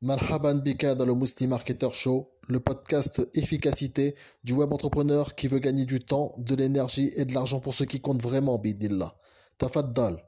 Marhaban Bika dans le Muslim Marketer Show, le podcast efficacité du web entrepreneur qui veut gagner du temps, de l'énergie et de l'argent pour ceux qui comptent vraiment, bidillah. Tafaddal.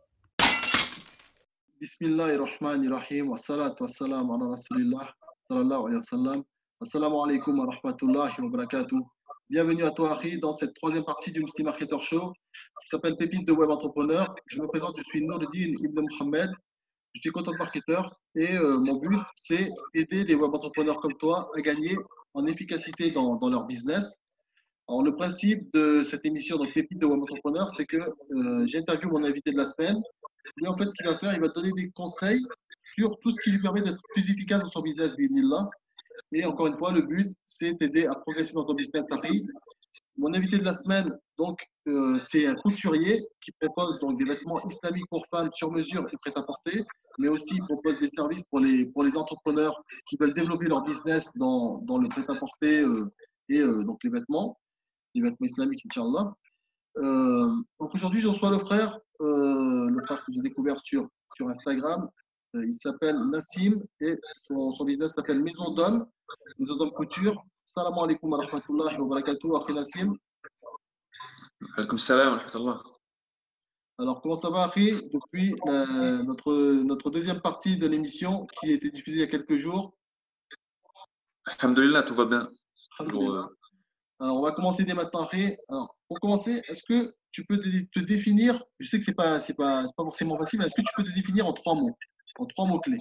Bismillahirrahmanirrahim. Wassalatu wassalamu ala rasulillah sallallahu alayhi wa sallam. Assalamu alaikum wa rahmatullahi wa barakatuh. Bienvenue à toi, Harry, dans cette troisième partie du Muslim Marketer Show qui s'appelle Pépite de Web Entrepreneur. Je me présente, je suis Nourdine Ibn Mohamed. Je suis content marketeur et mon but, c'est aider les web entrepreneurs comme toi à gagner en efficacité dans leur business. Alors, le principe de cette émission, donc Pépite de Web Entrepreneur, c'est que j'interviewe mon invité de la semaine. Lui, en fait, ce qu'il va faire, il va te donner des conseils sur tout ce qui lui permet d'être plus efficace dans son business, binillah. Et encore une fois, le but, c'est t'aider à progresser dans ton business, Harry. Mon invité de la semaine, donc, c'est un couturier qui propose donc des vêtements islamiques pour femmes sur mesure et prêt-à-porter, mais aussi il propose des services pour les entrepreneurs qui veulent développer leur business dans le prêt-à-porter et donc les vêtements islamiques, Inch'Allah. Donc aujourd'hui, je reçois le frère que j'ai découvert sur Instagram. Il s'appelle Nassim et son business s'appelle Maison d'Homme Couture. Salam alaikum wa rahmatullahi wa barakatuh, Akhi Nassim. Alaikum salam wa rahmatullah. Alors, comment ça va, Akhi, depuis notre deuxième partie de l'émission qui a été diffusée il y a quelques jours? Alhamdulillah, tout va bien. Alhamdulillah. Alors, on va commencer dès maintenant, Akhi. Alors, pour commencer, est-ce que tu peux te définir, je sais que c'est pas forcément facile, mais est-ce que tu peux te définir en trois mots clés?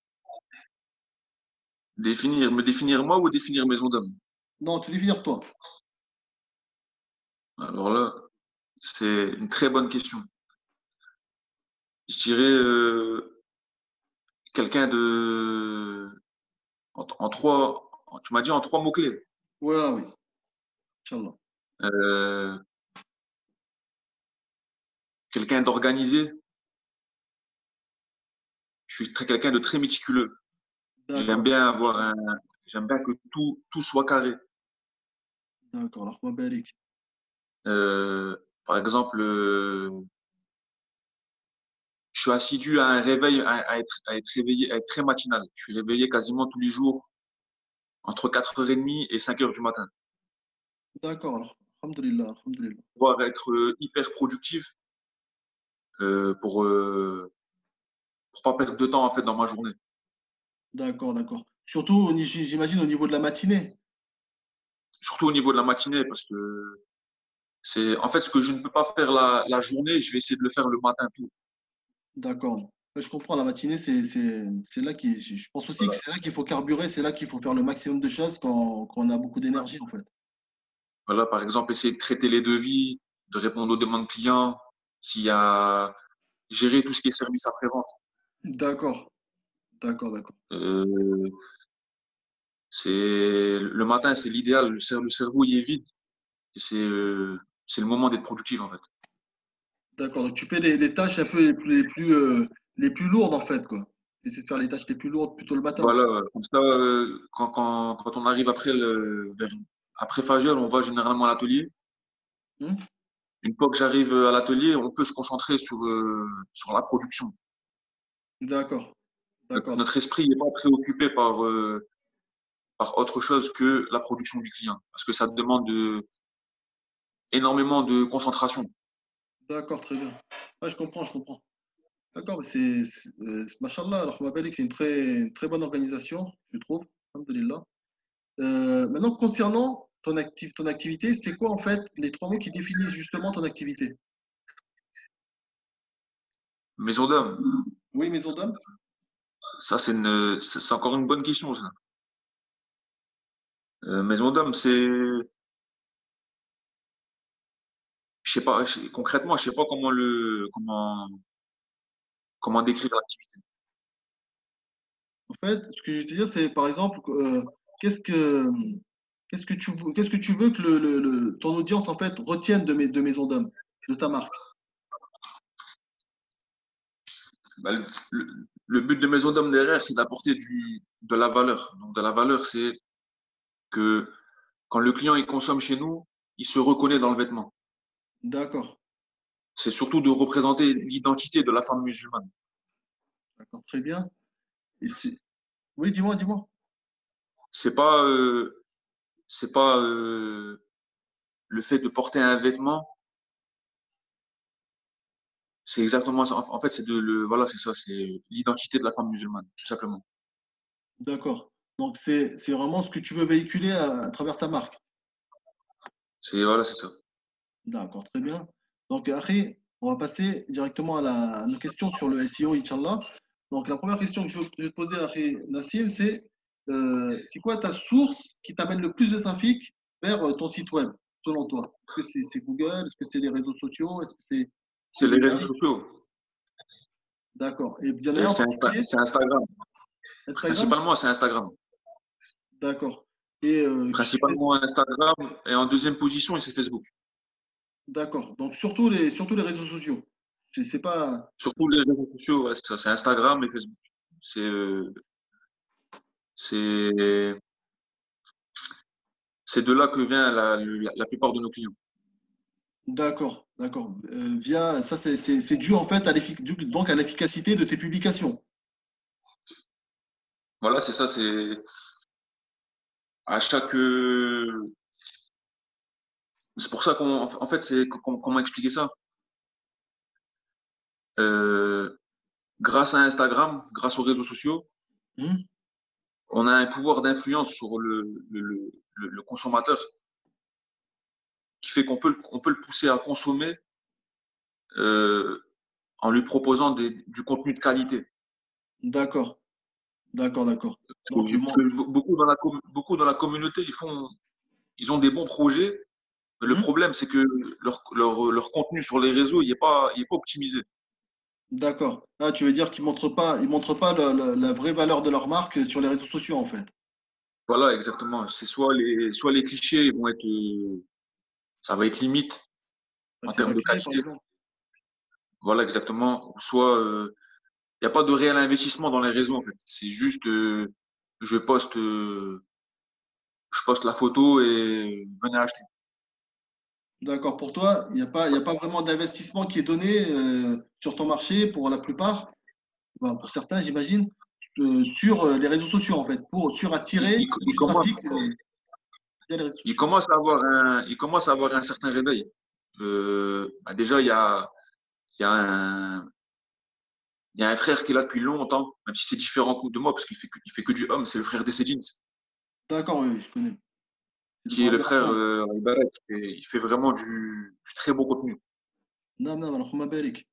Me définir moi ou définir Maison d'Homme? Non, te définir toi. Alors là, c'est une très bonne question. Je dirais quelqu'un de. Tu m'as dit en trois mots-clés. Ouais, oui. Inch'Allah. Quelqu'un d'organisé. Je suis quelqu'un de très méticuleux. J'aime bien que tout soit carré. D'accord, alors moi, barik. Par exemple, je suis assidu à un réveil, à être réveillé, à être très matinal. Je suis réveillé quasiment tous les jours entre 4h30 et 5h du matin. D'accord, alors, alhamdulillah. Pouvoir être hyper productif pour pas perdre de temps en fait dans ma journée. D'accord. Surtout, j'imagine, au niveau de la matinée. Surtout au niveau de la matinée, parce que c'est en fait ce que je ne peux pas faire la journée, je vais essayer de le faire le matin tôt. D'accord. Je comprends, la matinée, c'est là je pense aussi que c'est là qu'il faut carburer, c'est là qu'il faut faire le maximum de choses quand on a beaucoup d'énergie, en fait. Voilà, par exemple, essayer de traiter les devis, de répondre aux demandes clients, s'il y a gérer tout ce qui est service après-vente. D'accord. Le matin, c'est l'idéal. Le cerveau, il est vide. Et c'est le moment d'être productif, en fait. D'accord. Donc, tu fais les tâches un peu les plus lourdes, en fait, quoi. Tu essaies de faire les tâches les plus lourdes plutôt le matin. Voilà, comme ça, quand on arrive après Fajr, on va généralement à l'atelier. Hmm. Une fois que j'arrive à l'atelier, on peut se concentrer sur la production. D'accord. Notre esprit n'est pas préoccupé par autre chose que la production du client, parce que ça demande énormément de concentration. D'accord, très bien. Ah, je comprends. D'accord, mais Mashallah, alors Mabalik, c'est une très bonne organisation, je trouve. Alhamdulillah. Maintenant, concernant ton activité, c'est quoi en fait les trois mots qui définissent justement ton activité? Maison d'Homme. Oui, Maison d'Homme. Ça, c'est encore une bonne question, ça. Maison d'Homme, je sais pas, concrètement, je sais pas comment décrire l'activité. En fait, ce que je veux te dire, c'est par exemple, qu'est-ce que tu veux que ton audience en fait retienne de Maison d'Homme, de ta marque? Bah, le but de Maison d'Homme derrière, c'est d'apporter de la valeur. Donc, de la valeur, c'est que quand le client il consomme chez nous, il se reconnaît dans le vêtement. D'accord. C'est surtout de représenter l'identité de la femme musulmane. D'accord, très bien. Et Oui, dis-moi, dis-moi. C'est pas, c'est pas le fait de porter un vêtement, c'est exactement ça. En fait, voilà, c'est ça, c'est l'identité de la femme musulmane, tout simplement. D'accord. Donc, c'est vraiment ce que tu veux véhiculer à travers ta marque. Voilà, c'est ça. D'accord, très bien. Donc, après, on va passer directement à nos questions sur le SEO, Inch'Allah. Donc, la première question que je vais te poser, Akhi Nassim, c'est quoi ta source qui t'amène le plus de trafic vers ton site web, selon toi? Est-ce que c'est Google? Est-ce que c'est les réseaux sociaux? Est-ce que c'est C'est les des réseaux likes? sociaux. D'accord. Et il y en a un en particulier? C'est Instagram. Instagram? Principalement, c'est Instagram. D'accord. Et Principalement Instagram. Et en deuxième position, c'est Facebook. d'accord. Donc, surtout les réseaux sociaux. Je sais pas. Surtout les réseaux sociaux, ouais, c'est ça. C'est Instagram et Facebook. C'est c'est c'est de là que vient la plupart de nos clients. D'accord, d'accord. Via ça, c'est dû en fait donc à l'efficacité de tes publications. Voilà, c'est ça. C'est à chaque. C'est pour ça en fait, comment expliquer ça? Euh, Grâce à Instagram, grâce aux réseaux sociaux, Hmm. on a un pouvoir d'influence sur le consommateur qui fait on peut le pousser à consommer euh, en lui proposant du contenu de qualité. D'accord, d'accord, d'accord. Donc, Parce que beaucoup dans la communauté, ils ont des bons projets, mais le hmm. problème, c'est que leur contenu sur les réseaux, il est pas optimisé. D'accord. Ah, tu veux dire ils montrent pas la vraie valeur de leur marque sur les réseaux sociaux en fait. Voilà, exactement. C'est soit les clichés ils vont être, ça va être limite Bah, en c'est termes de raclé par qualité. exemple. Voilà, exactement. Soit il n'y a pas de réel investissement dans les réseaux en fait. C'est juste je poste je poste la photo et venez acheter. D'accord. Pour toi, il y a pas vraiment d'investissement qui est donné sur ton marché pour la plupart, bah, pour certains, j'imagine, sur les réseaux sociaux en fait, pour Il, attirer il- il du commence trafic via les réseaux il sociaux. commence à avoir il commence à avoir un certain réveil. Bah déjà il y a il y a un frère qui est là depuis longtemps, même si c'est différent de moi parce qu'il fait que du homme, c'est le frère d'Essé Jeans, D'accord, oui, oui, je connais. C'est le qui est le bras frère d'Arrahman. Ibarak, et il fait vraiment du très beau contenu. Non, non, Allahumma barik.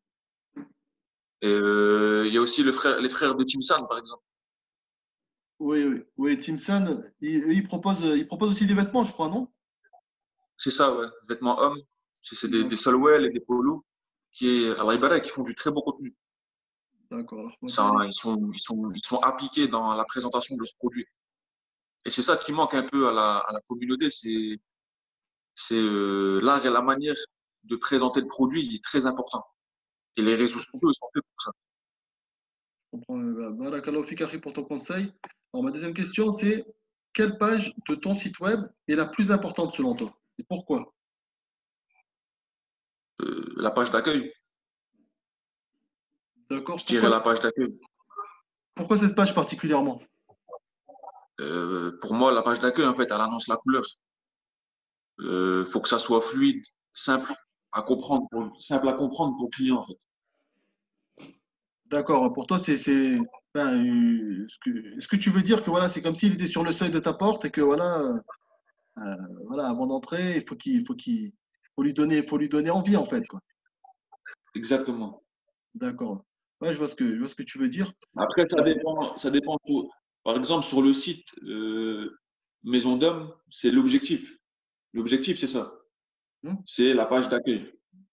Et il y a aussi les frères de Tim San, par exemple. Oui, oui, oui. Tim San, il propose aussi des vêtements, je crois, non? C'est ça, ouais. Vêtements hommes. C'est des D'accord, Solwell et des polos qui est à l'Ibarak qui font du très beau contenu. d'accord, Allahumma Ça, barik. ils sont appliqués dans la présentation de ce produit. Et c'est ça qui manque un peu à la communauté, c'est l'art et la manière de présenter le produit, il est très important. Et les réseaux sociaux, ils sont faits pour ça. Je comprends. Barakallahu fik, akhi, pour ton conseil. Alors, ma deuxième question, c'est quelle page de ton site web est la plus importante selon toi? Et pourquoi? La page d'accueil, D'accord, je dirais la page d'accueil. pourquoi cette page particulièrement? Pour moi, la page d'accueil, en fait, elle annonce la couleur. Faut que ça soit fluide, simple à comprendre pour le client, en fait. D'accord, pour toi, enfin, est-ce que tu veux dire que voilà, c'est comme s'il était sur le seuil de ta porte et que voilà, avant d'entrer, faut lui donner envie en fait, quoi. Exactement. D'accord. Ouais, je vois ce que tu veux dire. Après, ça dépend. Par exemple, sur le site Maison d'Homme, c'est l'objectif. L'objectif, c'est ça. Hmm. C'est la page d'accueil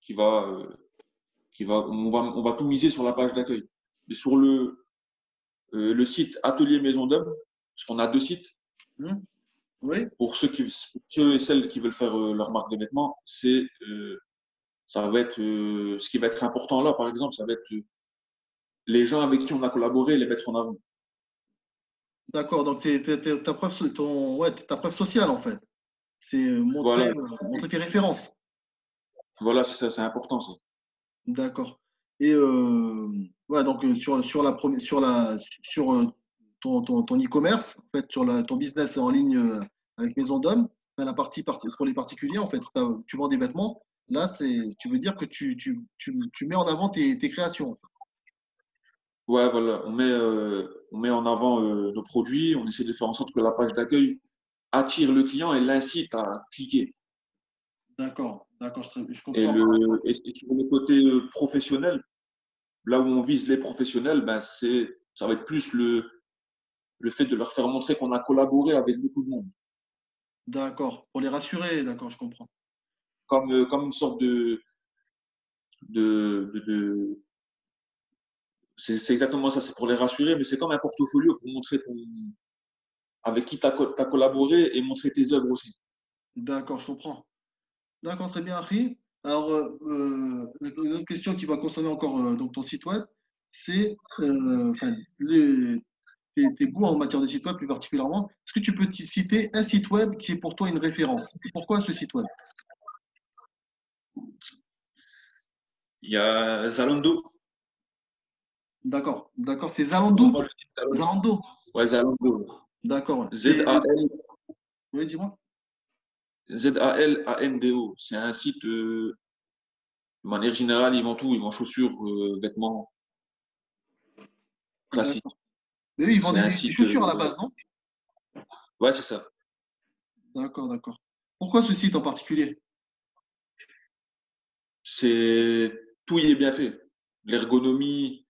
on va tout miser sur la page d'accueil. Mais sur le site Atelier Maison d'Homme, parce qu'on a deux sites, Hmm. Oui, pour ceux et celles qui veulent faire leur marque de vêtements, ça va être, ce qui va être important là, par exemple, ça va être les gens avec qui on a collaboré, les mettre en avant. d'accord. Donc, ta preuve, ouais, ta preuve sociale en fait. C'est Voilà, montrer tes références. voilà, c'est ça, c'est important ça. D'accord. Et ouais, donc sur la première, sur ton e-commerce, en fait, sur ton business en ligne avec Maison d'Homme, enfin, pour les particuliers, en fait, tu vends des vêtements. Là, tu veux dire que tu mets en avant tes créations. Ouais, voilà, on met en avant nos produits, on essaie de faire en sorte que la page d'accueil attire le client et l'incite à cliquer. D'accord, je Et, comprends. le, et sur le côté professionnel, là où on vise les professionnels, ben ça va être plus le fait de leur faire montrer qu'on a collaboré avec beaucoup de monde. D'accord, pour les rassurer, d'accord, je comprends. Comme une sorte de c'est exactement ça, c'est pour les rassurer, mais c'est comme un portfolio pour montrer avec qui tu as collaboré et montrer tes œuvres aussi. D'accord, je comprends. D'accord, très bien, Harry. Alors, une autre question qui va concerner encore donc ton site web, c'est enfin, tes goûts en matière de site web plus particulièrement. Est-ce que tu peux citer un site web qui est pour toi une référence? Et pourquoi ce site web? Il y a Zalando. D'accord, c'est Pour Zalando? moi, le site Zalando. Zalando, Ouais, Zalando. d'accord. Z-A-L, Oui, dis-moi. Z-A-L-A-N-D-O. C'est un site, de manière générale, ils vendent tout. Ils vendent chaussures, vêtements classiques. D'accord. Mais oui, ils vendent C'est un des site, chaussures à la base, non? ouais, c'est ça. D'accord. Pourquoi ce site en particulier? Tout y est bien fait. L'ergonomie,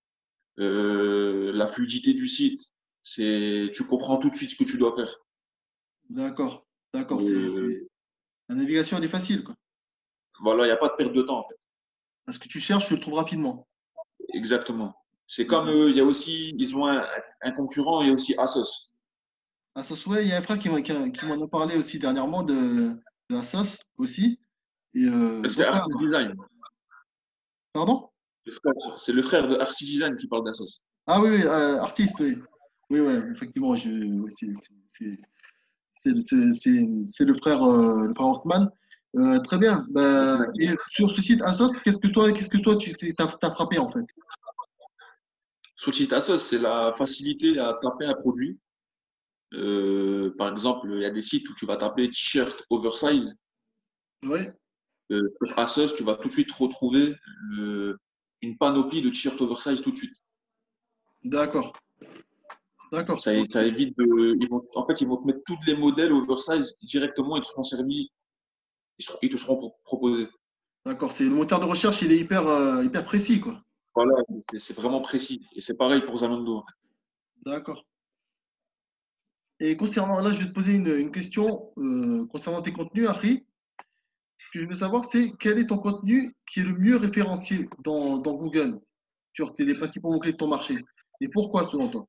la fluidité du site. Tu comprends tout de suite ce que tu dois faire. D'accord, d'accord. Euh, La navigation, elle est facile, quoi. voilà, il n'y a pas de perte de temps, en fait. Ce que tu cherches, tu le trouves rapidement. Exactement. C'est comme, D'accord. il y a aussi, ils ont un concurrent, il y a aussi Asos. Asos, ouais, il y a un frère qui m'en a parlé aussi dernièrement de Asos aussi. Et C'est donc voilà, Artis quoi. Design. Pardon? C'est le frère de Artis Design qui parle d'Asos. Ah oui, artiste, oui. Oui, ouais, effectivement, oui, c'est le frère Hoffman. Très bien. Bah, et sur ce site Asos, qu'est-ce que toi, t'as frappé en fait? Sur le site Asos, c'est la facilité à taper un produit. Par exemple, il y a des sites où tu vas taper t-shirt oversize. Oui, Sur Asos, tu vas tout de suite retrouver une panoplie de t-shirts oversize tout de suite. d'accord, d'accord. Ça, Donc, ça évite de. En fait, ils vont te mettre tous les modèles oversize directement, ils te seront servis, ils te seront proposés. d'accord, c'est le moteur de recherche, il est hyper précis, quoi. Voilà, c'est vraiment précis. Et c'est pareil pour Zalando, en fait. D'accord. Et concernant, là, je vais te poser une question concernant tes contenus, Harry. Ce que je veux savoir, c'est quel est ton contenu qui est le mieux référencié dans Google sur les principaux mots-clés de ton marché. Et pourquoi, selon toi?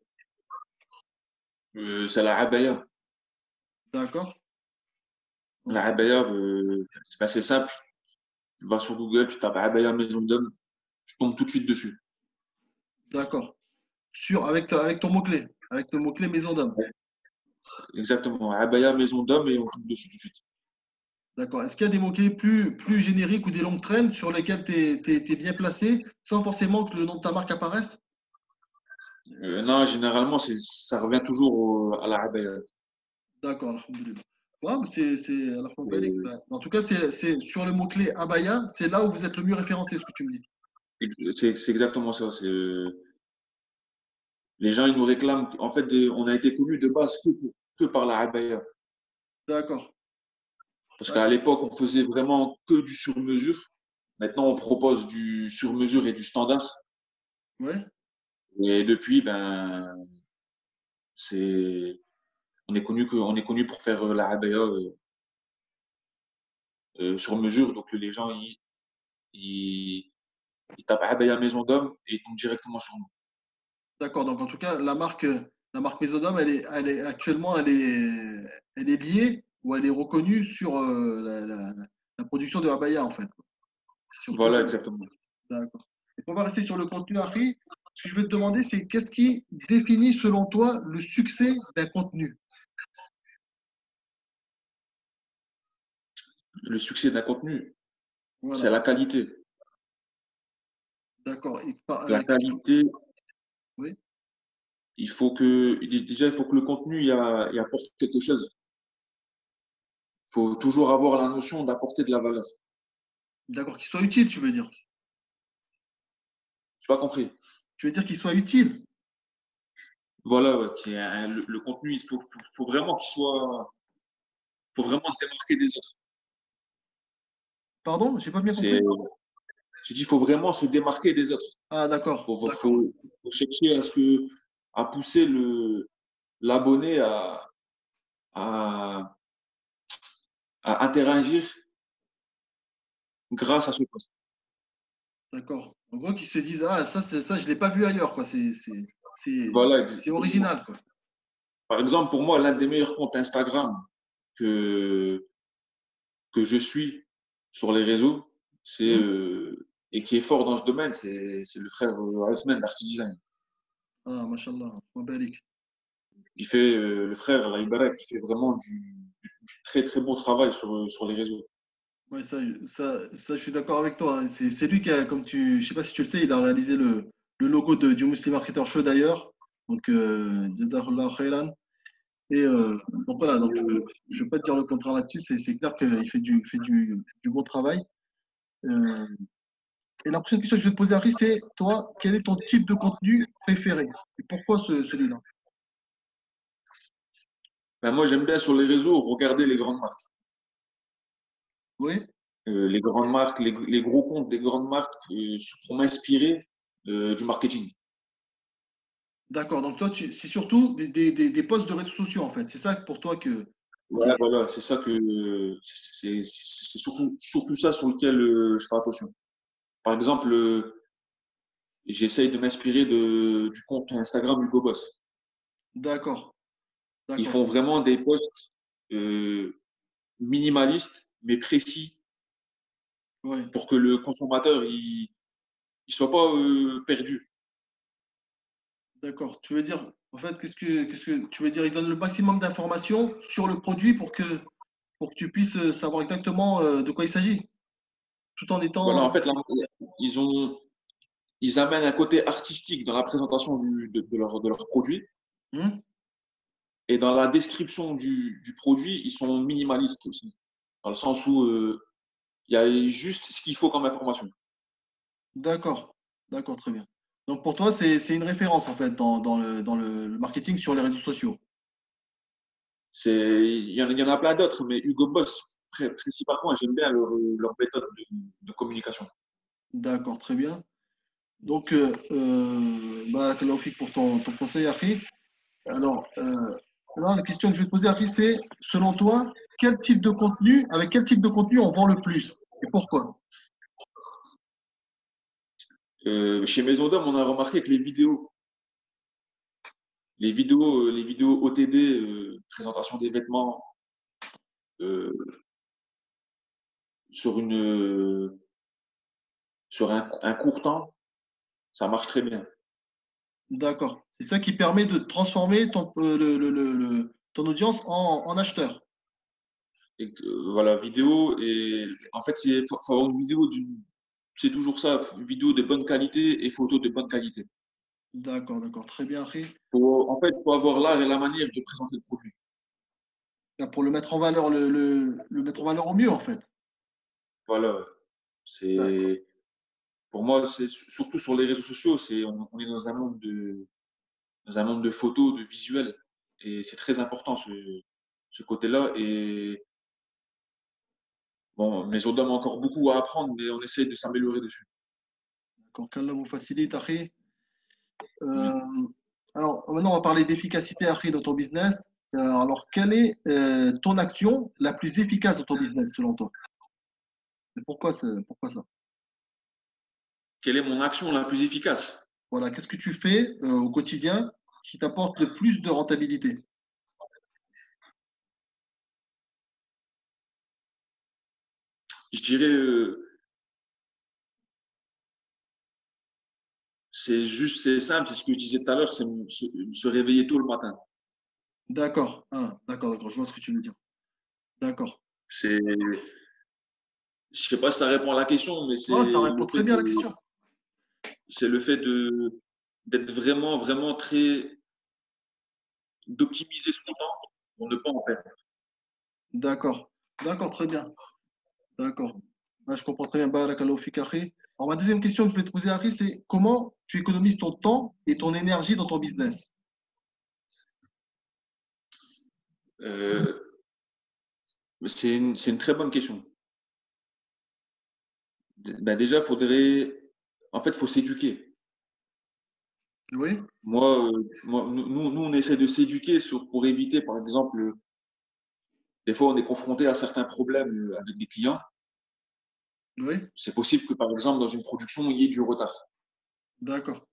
C'est la abaya. D'accord? Donc, La abaya, c'est assez simple. Tu vas sur Google, tu tapes abaya maison d'homme, tu tombes tout de suite dessus. d'accord. Avec ton mot-clé, avec le mot-clé maison d'homme. Exactement. Abaya maison d'homme et on tombe dessus tout de suite. D'accord. Est-ce qu'il y a des mots-clés plus génériques ou des longues traînes sur lesquelles tu es bien placé sans forcément que le nom de ta marque apparaisse? Non, généralement, ça revient toujours à la abaya. D'accord, alhamdoulilah. Ouais, mais alhamdoulilah. Et- Bah, en tout cas, c'est sur le mot-clé abaya, c'est là où vous êtes le mieux référencé, ce que tu me dis. C'est exactement ça. Les gens, ils nous réclament. En fait, on a été connus de base que par la abaya. D'accord. Parce qu'à D'accord. l'époque, on faisait vraiment que du sur-mesure. Maintenant, on propose du sur-mesure et du standard. Ouais. Et depuis, ben, c'est, on est connu pour faire la abaya sur mesure. Donc, les gens, ils, ils tapent abaya maison d'homme et ils tombent directement sur nous. D'accord. Donc, en tout cas, la marque Mesodome, actuellement, elle est liée ou elle est reconnue sur la production de abaya, en fait. Surtout. Voilà, exactement. D'accord. Et on va rester sur le contenu, Harry. Ce que je vais te demander, c'est qu'est-ce qui définit, selon toi, le succès d'un contenu? Le succès d'un contenu, c'est Voilà. la qualité. D'accord. La qualité, Oui. déjà, il faut que le contenu il apporte quelque chose. Il faut toujours avoir la notion d'apporter de la valeur. D'accord, qu'il soit utile, tu veux dire. Je n'ai pas compris. Tu veux dire qu'il soit utile. Voilà, ouais, le contenu, faut vraiment faut vraiment se démarquer des autres. Pardon, j'ai pas bien compris. C'est, je dis, il faut vraiment se démarquer des autres. Ah, d'accord. Faut chercher à pousser l'abonné à, à interagir grâce à ce poste. D'accord. En gros, qu'ils se disent, ah, ça, je ne l'ai pas vu ailleurs, quoi. Voilà. C'est original, quoi. Par exemple, pour moi, l'un des meilleurs comptes Instagram que, que je suis sur les réseaux, et qui est fort dans ce domaine, c'est le frère Othman d'Artis Design. Ah, mashallah, mabalik. Le frère, là, Ibarak, il fait vraiment du très très bon travail sur les réseaux. Ouais, je suis d'accord avec toi, hein. C'est lui qui a, je sais pas si tu le sais, il a réalisé le logo du Muslim Marketer Show d'ailleurs. Donc, Jazakallah khairan. Et donc voilà, donc je ne vais pas te dire le contraire là-dessus, c'est clair qu'il fait du bon travail. Euh, et la prochaine question que je vais te poser, Harry, c'est toi, quel est ton type de contenu préféré? Et pourquoi celui-là? Ben, moi, j'aime bien sur les réseaux regarder les grandes marques. Oui, Les grandes marques, les gros comptes des grandes marques pour m'inspirer du marketing. d'accord. Donc toi, c'est surtout des posts de réseaux sociaux, en fait. C'est ça pour toi Ouais, voilà, c'est ça c'est surtout ça sur lequel je fais attention. Par exemple, j'essaye de m'inspirer du compte Instagram Hugo Boss. D'accord, Ils d'accord. font vraiment des posts minimalistes, mais précis, Ouais, pour que le consommateur il soit pas perdu. d'accord. Tu veux dire, en fait, qu'est-ce que tu veux dire? Il donne le maximum d'informations sur le produit pour que tu puisses savoir exactement de quoi il s'agit, tout en Voilà, étant. en fait, là, ils ont, ils amènent un côté artistique dans la présentation de leur produit. Hmm. Et dans la description du produit, ils sont minimalistes aussi. Dans le sens où il y a juste ce qu'il faut comme information. D'accord, d'accord, très bien. Donc pour toi, c'est une référence en fait dans le marketing sur les réseaux sociaux. Il y en a plein d'autres, mais Hugo Boss, principalement, j'aime bien leur méthode de communication. D'accord, très bien. Donc, barakallahu fik pour ton conseil, Akhi. Alors, là, la question que je vais te poser, Akhi, c'est, selon toi, avec quel type de contenu on vend le plus et pourquoi? Chez Maison d'Homme, on a remarqué que les vidéos OTD, présentation des vêtements, euh, sur sur un court temps, ça marche très bien. D'accord. C'est ça qui permet de transformer ton audience en acheteur. Voilà, vidéo, et en fait, faut avoir une vidéo c'est toujours ça, vidéo de bonne qualité et photo de bonne qualité. D'accord, d'accord. Très bien, Akhi. En fait, il faut avoir l'art et la manière de présenter le produit. Là, pour le mettre en valeur, le mettre en valeur au mieux, en fait. Voilà. D'accord. C'est, pour moi, c'est surtout sur les réseaux sociaux, on est dans un monde de photos, de visuels. Et c'est très important, ce côté-là. Et bon, mais on donne encore beaucoup à apprendre, mais on essaye de s'améliorer dessus. D'accord. Qu'Allah vous facilite, Akhi. Oui. Euh, alors, maintenant, on va parler d'efficacité après dans ton business. Alors, quelle est ton action la plus efficace dans ton business, selon toi? Et pourquoi ça? Quelle est mon action la plus efficace? Voilà, qu'est-ce que tu fais au quotidien qui t'apporte le plus de rentabilité? Je dirais, c'est simple, c'est ce que je disais tout à l'heure, c'est se réveiller tôt le matin. D'accord. Ah, d'accord, d'accord, je vois ce que tu veux dire. D'accord. C'est, je sais pas si ça répond à la question, mais Ah, ça répond très bien à la question. c'est le fait d'être vraiment, vraiment très, d'optimiser son temps pour ne pas en perdre. D'accord. D'accord, très bien. D'accord. Ah, je comprends très bien. Barakallahu fik, akhi. Alors, ma deuxième question que je voulais te poser, Akhi, c'est comment tu économises ton temps et ton énergie dans ton business? Euh, c'est une très bonne question. Ben déjà, en fait, faut s'éduquer. Oui, Nous, on essaie de s'éduquer pour éviter, par exemple, des fois, on est confronté à certains problèmes avec des clients. oui, C'est possible que, par exemple, dans une production, il y ait du retard. d'accord.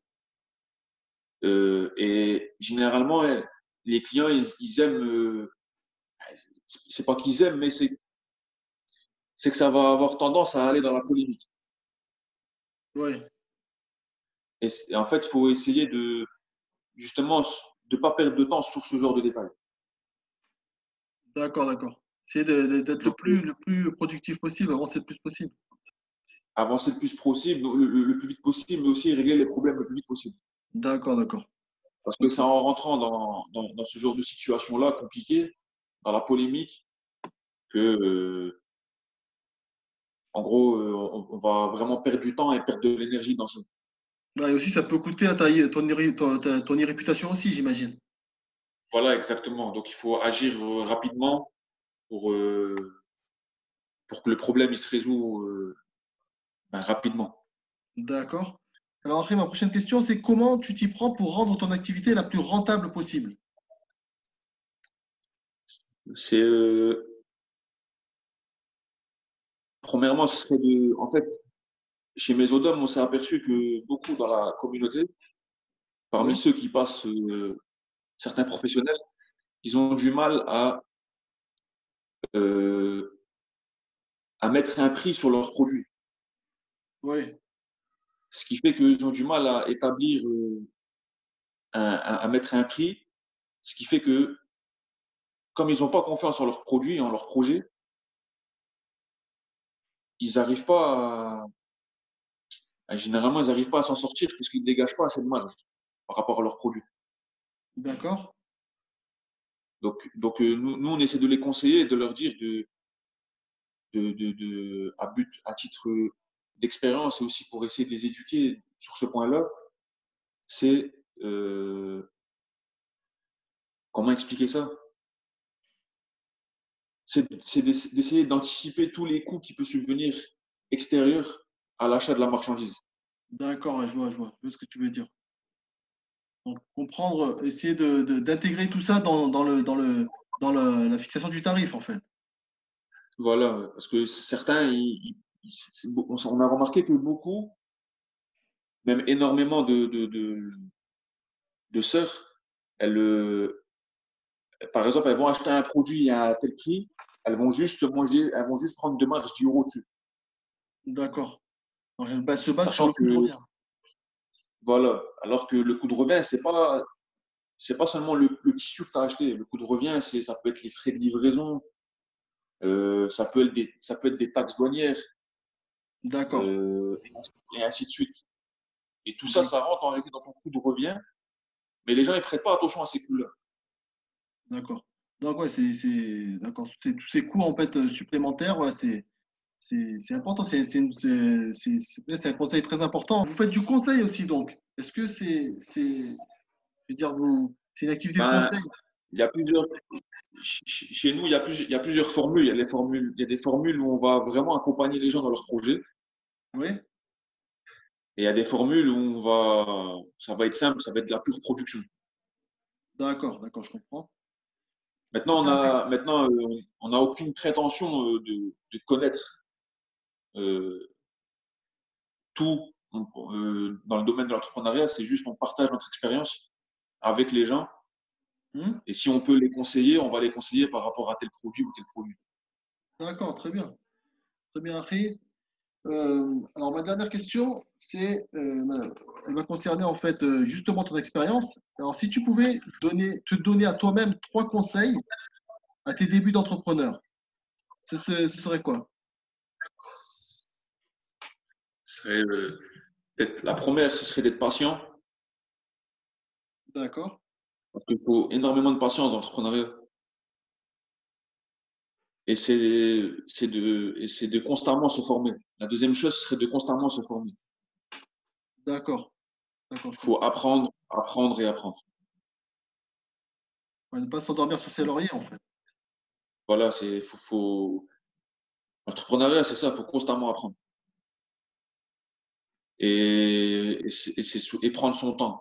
Et généralement, les clients, ils aiment, c'est pas qu'ils aiment, mais c'est que ça va avoir tendance à aller dans la polémique. Oui, Et en fait, il faut essayer justement, de pas perdre de temps sur ce genre de détails. d'accord, d'accord. Essayer d'être Donc, le plus productif possible, avancer le plus possible. avancer le plus possible, le plus vite possible, mais aussi régler les problèmes le plus vite possible. D'accord, d'accord. Parce que Ok. c'est en rentrant dans ce genre de situation-là compliquée, dans la polémique, que, en gros, on va vraiment perdre du temps et perdre de l'énergie dans ça. Bah, et aussi, ça peut coûter à ton irréputation aussi, j'imagine. Voilà, exactement. Donc, il faut agir rapidement pour, euh, pour que le problème il se résout rapidement. D'accord. Alors après, ma prochaine question, c'est comment tu t'y prends pour rendre ton activité la plus rentable possible? C'est Premièrement, ce serait en fait, chez Mesodome, on s'est aperçu que beaucoup dans la communauté, parmi Oui, ceux qui passent, certains professionnels, ils ont du mal euh, à mettre un prix sur leurs produits. oui, Ce qui fait qu'ils ont du mal à établir, à mettre un prix. Ce qui fait que, comme ils n'ont pas confiance en leurs produits, en leurs projets, ils n'arrivent pas généralement, ils n'arrivent pas à s'en sortir parce qu'ils ne dégagent pas assez de marge par rapport à leurs produits. d'accord. Donc nous, on essaie de les conseiller et de leur dire à titre d'expérience et aussi pour essayer de les éduquer sur ce point-là, c'est comment expliquer ça? C'est d'essayer d'anticiper tous les coûts qui peuvent subvenir extérieurs à l'achat de la marchandise. D'accord, ouais, je vois ce que tu veux dire. Donc, comprendre, essayer d'intégrer tout ça la fixation du tarif, en fait. Voilà, parce que certains, on a remarqué que beaucoup, même énormément de sœurs, par exemple, elles vont acheter un produit à tel prix, elles vont juste prendre de marge 10 euros dessus. D'accord. Donc, elle se base sur Sachant le coût de que, revient. voilà, alors que le coût de revient, c'est pas seulement le tissu que tu as acheté. Le coût de revient, ça peut être les frais de livraison, ça peut être des taxes douanières, D'accord. euh, et ainsi de suite. Et tout ça, D'ac- ça rentre en réalité dans ton coût de revient, mais les gens ne prêtent pas attention à ces coûts-là. D'accord. Donc, ouais, d'accord. Tous ces coûts, en fait, supplémentaires, ouais, c'est important. C'est un conseil très important. Vous faites du conseil aussi, donc. Est-ce que je veux dire, c'est une activité de Ben, conseil? il y a plusieurs, chez nous, il y a plusieurs formules. Il y a des formules où on va vraiment accompagner les gens dans leurs projets. Oui? Et il y a des formules où ça va être simple, ça va être de la pure production. D'accord, d'accord, je comprends. Maintenant, on n'a aucune prétention de connaître euh, tout dans le domaine de l'entrepreneuriat. C'est juste on partage notre expérience avec les gens. Hmm. Et si on peut les conseiller, on va les conseiller par rapport à tel produit ou tel produit. D'accord, très bien. Très bien, Harry. Alors, ma dernière question, elle va concerner en fait justement ton expérience. Alors, si tu pouvais te donner à toi-même trois conseils à tes débuts d'entrepreneur, ce serait quoi? Ce serait peut-être la première, ce serait d'être patient. D'accord, Parce qu'il faut énormément de patience dans l'entrepreneuriat. Et c'est de constamment se former. La deuxième chose serait de constamment se former. D'accord. D'accord. Il faut apprendre, apprendre et apprendre. Ouais, ne pas s'endormir sur ses lauriers, en fait. Voilà, l'entrepreneuriat, c'est ça, il faut constamment apprendre. Et prendre son temps.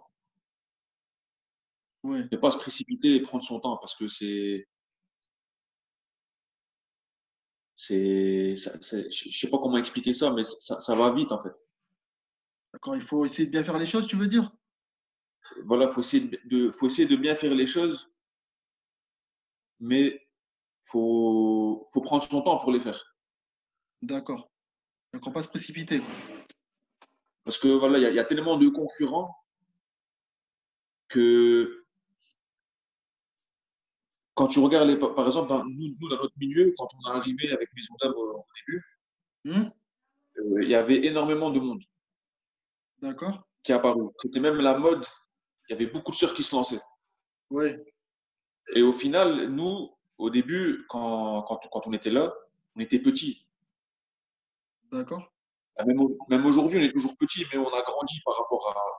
Oui. Ne pas se précipiter et prendre son temps parce que je sais pas comment expliquer ça, mais ça va vite en fait. D'accord. Il faut essayer de bien faire les choses, tu veux dire? Voilà, faut essayer de bien faire les choses, mais faut prendre son temps pour les faire. D'accord. D'accord, pas se précipiter, quoi. Parce que voilà, il y a tellement de concurrents que quand tu regardes par exemple, nous, dans notre milieu, quand on est arrivé avec Maison Dame au début, il y avait énormément de monde D'accord. qui est apparu. C'était même la mode. Il y avait beaucoup de sœurs qui se lançaient. Oui. Et au final, nous, au début, quand on était là, on était petits. D'accord. Même aujourd'hui, on est toujours petits, mais on a grandi par rapport à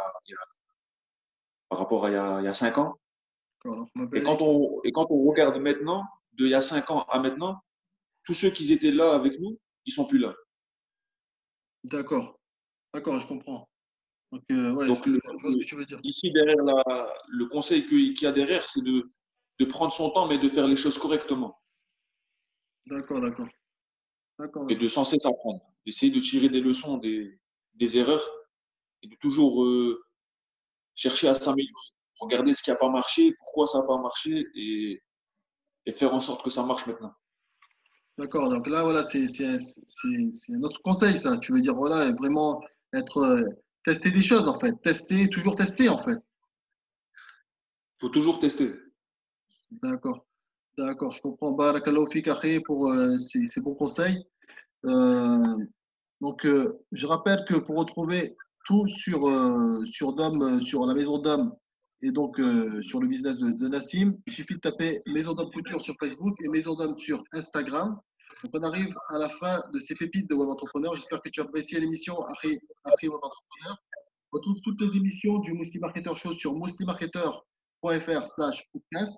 il y a 5 ans. D'accord. Et quand on regarde maintenant, d'il y a 5 ans à maintenant, tous ceux qui étaient là avec nous, ils sont plus là. D'accord. D'accord, je comprends. Donc, ouais, Donc, je vois ce que tu veux dire. ici, derrière le conseil qu'il y a derrière, c'est de prendre son temps, mais de faire les choses correctement. D'accord, d'accord. D'accord, Et d'accord. de sans cesse apprendre. Essayer de tirer des leçons des erreurs et de toujours chercher à s'améliorer. Regarder ce qui n'a pas marché, pourquoi ça n'a pas marché et faire en sorte que ça marche maintenant. D'accord. Donc là, voilà, c'est un autre conseil, ça. Tu veux dire, voilà, vraiment être, tester des choses, en fait. Tester, toujours tester, en fait. Il faut toujours tester. D'accord. D'accord, je comprends. Barakallahu fik, akhi, pour ces bons conseils. Euh, donc, je rappelle que pour retrouver tout sur Dom, sur la maison d'Homme et donc sur le business de Nassim, il suffit de taper Maison d'Homme Couture sur Facebook et Maison d'Homme sur Instagram. Donc, on arrive à la fin de ces pépites de Web Entrepreneur. J'espère que tu as apprécié l'émission Akhi Web Entrepreneur. On retrouve toutes les émissions du Muslim Marketer Show sur muslimmarketer.fr/podcast.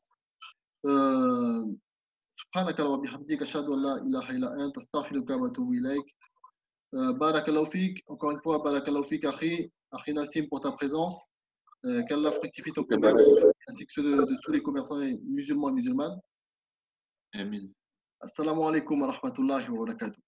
سبحانك اللهم وبحمدك أشهد أن لا إله إلا أنت أستغفرك وأتوب إليك. Barakallahu fik, encore une fois, Barakallahu fik, Akhi Nassim, pour ta présence. Qu'Allah fructifie ton commerce, ainsi que ceux de tous les commerçants musulmans et musulmanes. Amin. Assalamu alaikum wa rahmatullahi wa barakatuh.